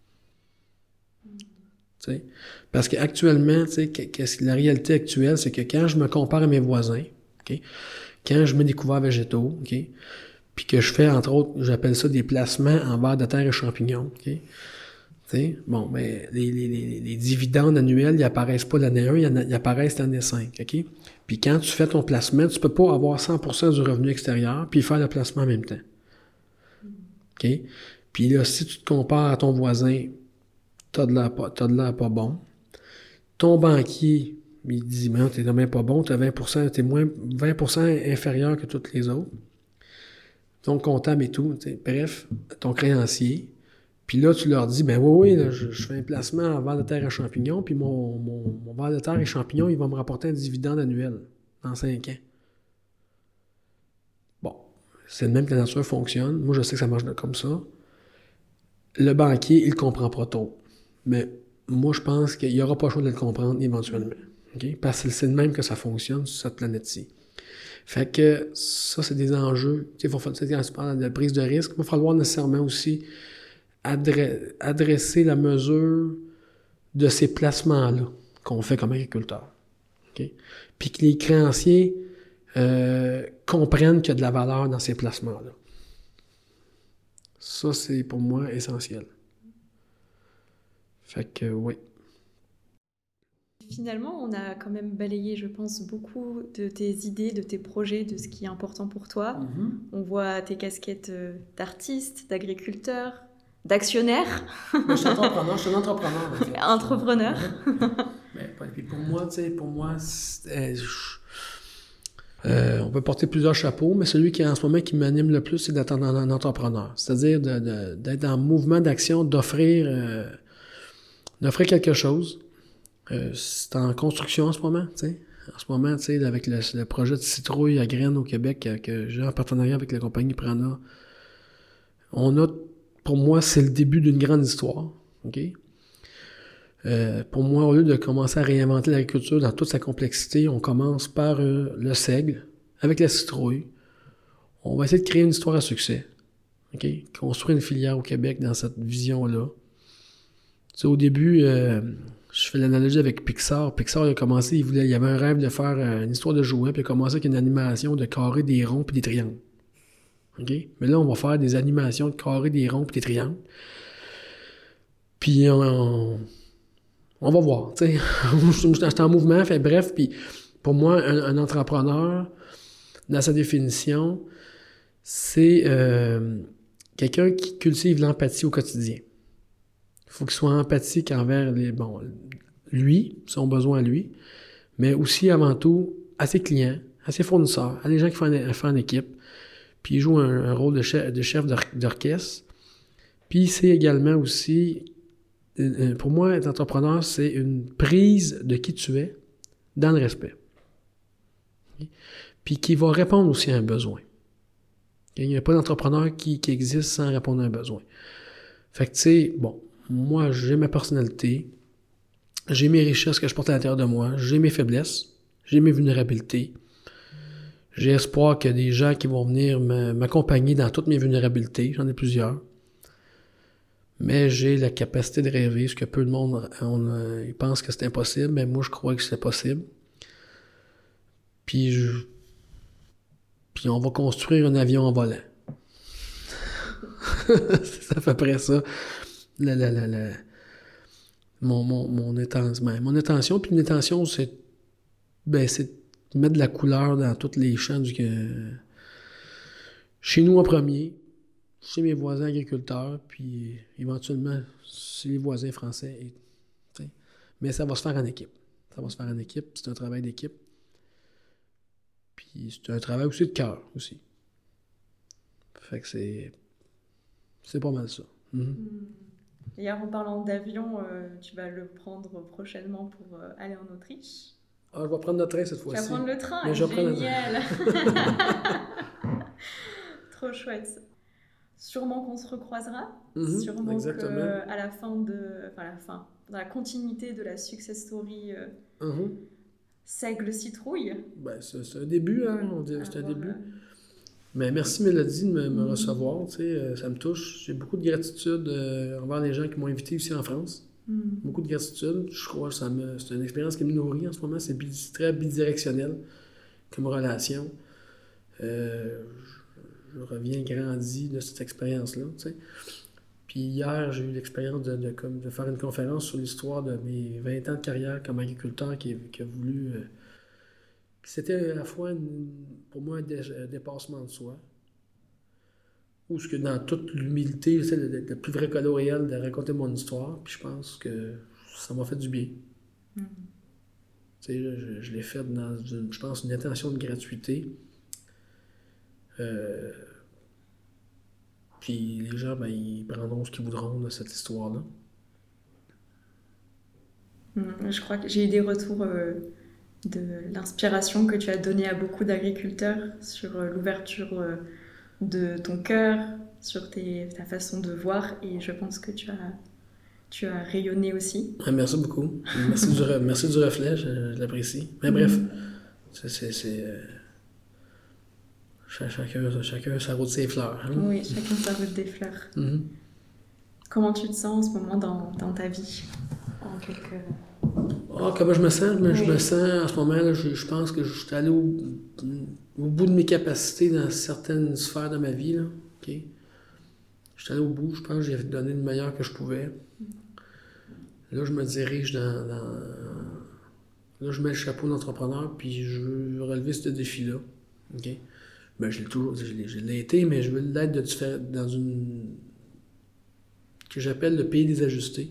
T'sais? Parce qu'actuellement, la réalité actuelle, c'est que quand je me compare à mes voisins, okay, quand je mets des couverts végétaux, okay, puis que je fais, entre autres, j'appelle ça des placements en vers de terre et champignons, okay, bon, ben, les dividendes annuels, ils apparaissent pas l'année 1, ils apparaissent l'année 5, OK? Puis quand tu fais ton placement, tu peux pas avoir 100% du revenu extérieur puis faire le placement en même temps. OK? Puis là, si tu te compares à ton voisin, t'as de l'air pas bon. Ton banquier, il dit, mais t'es même pas bon, t'as 20%, t'es moins 20% inférieur que tous les autres. Ton comptable et tout, bref, ton créancier. Puis là, tu leur dis, ben oui, là, je fais un placement en vers de terre et champignons, puis mon vers de terre et champignons, il va me rapporter un dividende annuel dans 5 ans. Bon, c'est le même que la nature fonctionne. Moi, je sais que ça marche comme ça. Le banquier, il le comprend pas trop. Mais moi, je pense qu'il n'y aura pas le choix de le comprendre éventuellement. Okay? Parce que c'est le même que ça fonctionne sur cette planète-ci. Fait que ça, c'est des enjeux. Il faut faire de la prise de risque. Il va falloir nécessairement aussi adresser la mesure de ces placements-là qu'on fait comme agriculteur. Okay? Puis que les créanciers comprennent qu'il y a de la valeur dans ces placements-là. Ça, c'est pour moi essentiel. Fait que oui. Finalement, on a quand même balayé, je pense, beaucoup de tes idées, de tes projets, de ce qui est important pour toi. Mm-hmm. On voit tes casquettes d'artiste, d'agriculteur, d'actionnaire. Je suis entrepreneur. En fait. Entrepreneur. Mais puis pour moi, on peut porter plusieurs chapeaux, mais celui qui en ce moment qui m'anime le plus, c'est d'être un entrepreneur. C'est-à-dire d'être en mouvement d'action, d'offrir quelque chose. C'est en construction en ce moment, tu sais. En ce moment, tu sais, avec le projet de citrouille à graines au Québec que j'ai en partenariat avec la compagnie Prana, pour moi, c'est le début d'une grande histoire, OK? Pour moi, au lieu de commencer à réinventer l'agriculture dans toute sa complexité, on commence par le seigle, avec la citrouille. On va essayer de créer une histoire à succès, OK? Construire une filière au Québec dans cette vision-là. Tu sais, au début, je fais l'analogie avec Pixar. Pixar, il a commencé, il avait un rêve de faire une histoire de jouets, puis il a commencé avec une animation de carrés, des ronds, puis des triangles. OK? Mais là, on va faire des animations de carrés, des ronds, puis des triangles. Puis on va voir, tu sais. J'étais en mouvement, fait bref, puis pour moi, un entrepreneur, dans sa définition, c'est quelqu'un qui cultive l'empathie au quotidien. Il faut qu'il soit empathique envers lui, son besoin à lui, mais aussi, avant tout, à ses clients, à ses fournisseurs, à des gens qui font en équipe. Puis il joue un rôle de chef d'orchestre. Puis c'est également aussi, pour moi, être entrepreneur, c'est une prise de qui tu es dans le respect. Puis qui va répondre aussi à un besoin. Il n'y a pas d'entrepreneur qui existe sans répondre à un besoin. Fait que, tu sais, bon, moi, j'ai ma personnalité, j'ai mes richesses que je porte à l'intérieur de moi, j'ai mes faiblesses, j'ai mes vulnérabilités. J'ai espoir qu'il y a des gens qui vont venir m'accompagner dans toutes mes vulnérabilités. J'en ai plusieurs. Mais j'ai la capacité de rêver, ce que peu de monde ils pensent que c'est impossible, mais moi, je crois que c'est possible. Puis on va construire un avion en volant. C'est à peu près ça. Mon intention, puis une intention, c'est de mettre de la couleur dans tous les champs chez nous en premier, chez mes voisins agriculteurs, puis éventuellement chez les voisins français. Mais ça va se faire en équipe. C'est un travail d'équipe. Puis c'est un travail aussi de cœur, aussi. Fait que c'est pas mal ça. Mm-hmm. D'ailleurs, en parlant d'avion, tu vas le prendre prochainement pour aller en Autriche. Ah, je vais prendre le train cette fois-ci. Tu vas prendre le train, mais génial. Trop chouette. Sûrement qu'on se recroisera. Sûrement exactement. qu'à la fin dans la continuité de la success story Seigle Citrouille. Ben, c'est un début, hein, on dit, c'est un début. Mais merci Mélodie de me recevoir, tu sais, ça me touche. J'ai beaucoup de gratitude envers les gens qui m'ont invité ici en France. Beaucoup de gratitude. Je crois que c'est une expérience qui me nourrit en ce moment. C'est très bidirectionnel comme relation. Je reviens grandi de cette expérience-là, tu sais. Puis hier, j'ai eu l'expérience de faire une conférence sur l'histoire de mes 20 ans de carrière comme agriculteur qui a voulu... C'était à la fois, pour moi, un dépassement de soi. Ou ce que dans toute l'humilité, c'est le plus vrai cadeau réel de raconter mon histoire. Puis je pense que ça m'a fait du bien. Tu sais, je l'ai fait dans, je pense, une intention de gratuité. Puis les gens, ben, ils prendront ce qu'ils voudront de cette histoire-là. Je crois que j'ai eu des retours de l'inspiration que tu as donnée à beaucoup d'agriculteurs sur l'ouverture de ton cœur, sur ta façon de voir, et je pense que tu as rayonné aussi. Merci beaucoup. Merci du reflet, je l'apprécie. Mais bref, chacun sa route ses fleurs. Hein? Oui, chacun sa route des fleurs. Comment tu te sens en ce moment dans ta vie? En quelques... Comment je me sens? Je me sens, en ce moment, là, je pense que je suis allé au bout de mes capacités dans certaines sphères de ma vie. Là. Okay? Je suis allé au bout, je pense que j'ai donné le meilleur que je pouvais. Là, je me dirige dans... Là, je mets le chapeau d'entrepreneur, puis je veux relever ce défi-là. Okay? Ben, je l'ai été, mais je veux l'être dans une... que j'appelle le pays des ajustés.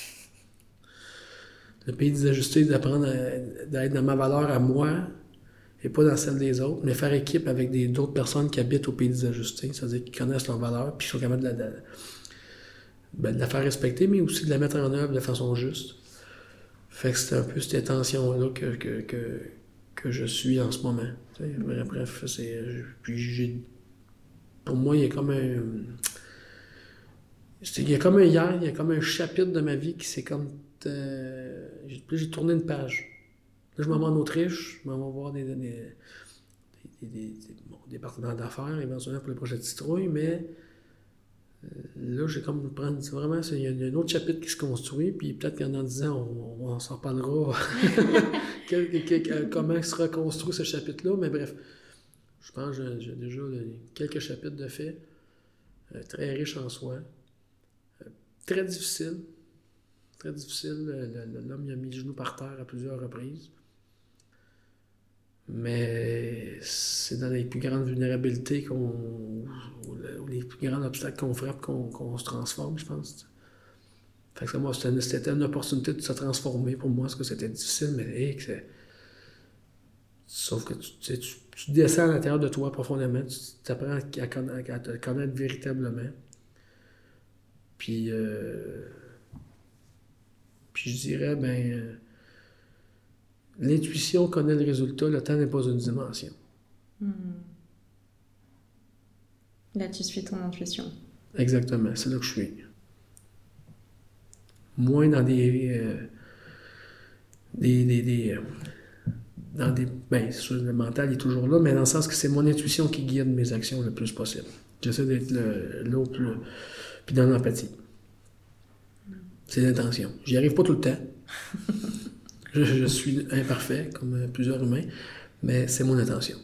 Le pays des ajustés, d'apprendre d'être dans ma valeur à moi et pas dans celle des autres, mais faire équipe avec d'autres personnes qui habitent au pays des ajustés, c'est-à-dire qui connaissent leur valeur, puis qui sont capables de la faire respecter, mais aussi de la mettre en œuvre de façon juste. Fait que c'est un peu cette intention-là que je suis en ce moment. Bref, pour moi, il y a comme un chapitre de ma vie qui s'est comme... j'ai tourné une page. Là, je m'en vais en Autriche, je m'en vais voir des partenaires d'affaires, éventuellement pour les projets de citrouille, mais là, j'ai comme il y a un autre chapitre qui se construit, puis peut-être qu'en 10 ans, on s'en reparlera comment se reconstruit ce chapitre-là, mais bref, je pense que j'ai déjà quelques chapitres de fait, très riches en soi, très difficiles. Très difficile. L'homme il a mis le genou par terre à plusieurs reprises. Mais c'est dans les plus grandes vulnérabilités ou les plus grands obstacles qu'on frappe qu'on se transforme, je pense. Fait que moi, c'était une opportunité de se transformer pour moi, parce que c'était difficile, mais sauf que tu descends à l'intérieur de toi profondément, tu apprends à te connaître véritablement. Puis je dirais, l'intuition connaît le résultat, le temps n'est pas une dimension. Là, tu suis ton intuition. Exactement, c'est là que je suis. Moins dans ben, c'est sûr, le mental est toujours là, mais dans le sens que c'est mon intuition qui guide mes actions le plus possible. J'essaie d'être là au plus... Puis dans l'empathie. C'est l'intention. J'y arrive pas tout le temps. je suis imparfait, comme plusieurs humains, mais c'est mon intention.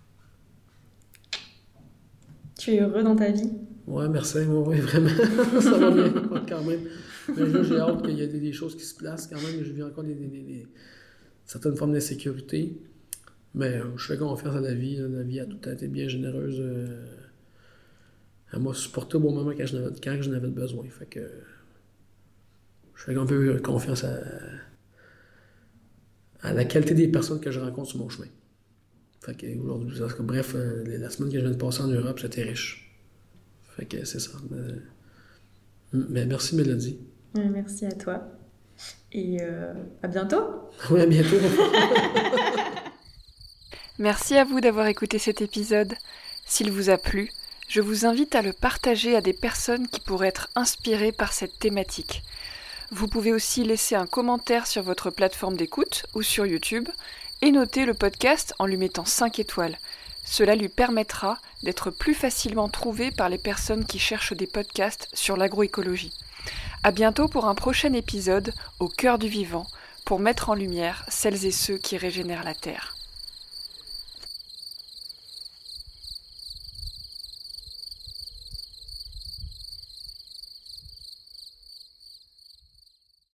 Tu es heureux dans ta vie? Ouais, merci. Oui, vraiment. Ça va bien, quand même. Mais là, j'ai hâte qu'il y ait des choses qui se placent quand même. Je vis encore certaines formes d'insécurité. Mais je fais confiance à la vie. La vie a tout le temps été bien généreuse. Elle m'a supporté au bon moment quand j'en avais besoin. Fait que je fais un peu confiance à la qualité des personnes que je rencontre sur mon chemin. Fait que aujourd'hui, bref, la semaine que je viens de passer en Europe, c'était riche. Fait que c'est ça. Mais merci Mélodie. Merci à toi. Et à bientôt. Oui, à bientôt. Merci à vous d'avoir écouté cet épisode. S'il vous a plu, je vous invite à le partager à des personnes qui pourraient être inspirées par cette thématique. Vous pouvez aussi laisser un commentaire sur votre plateforme d'écoute ou sur YouTube et noter le podcast en lui mettant 5 étoiles. Cela lui permettra d'être plus facilement trouvé par les personnes qui cherchent des podcasts sur l'agroécologie. À bientôt pour un prochain épisode au cœur du vivant pour mettre en lumière celles et ceux qui régénèrent la Terre.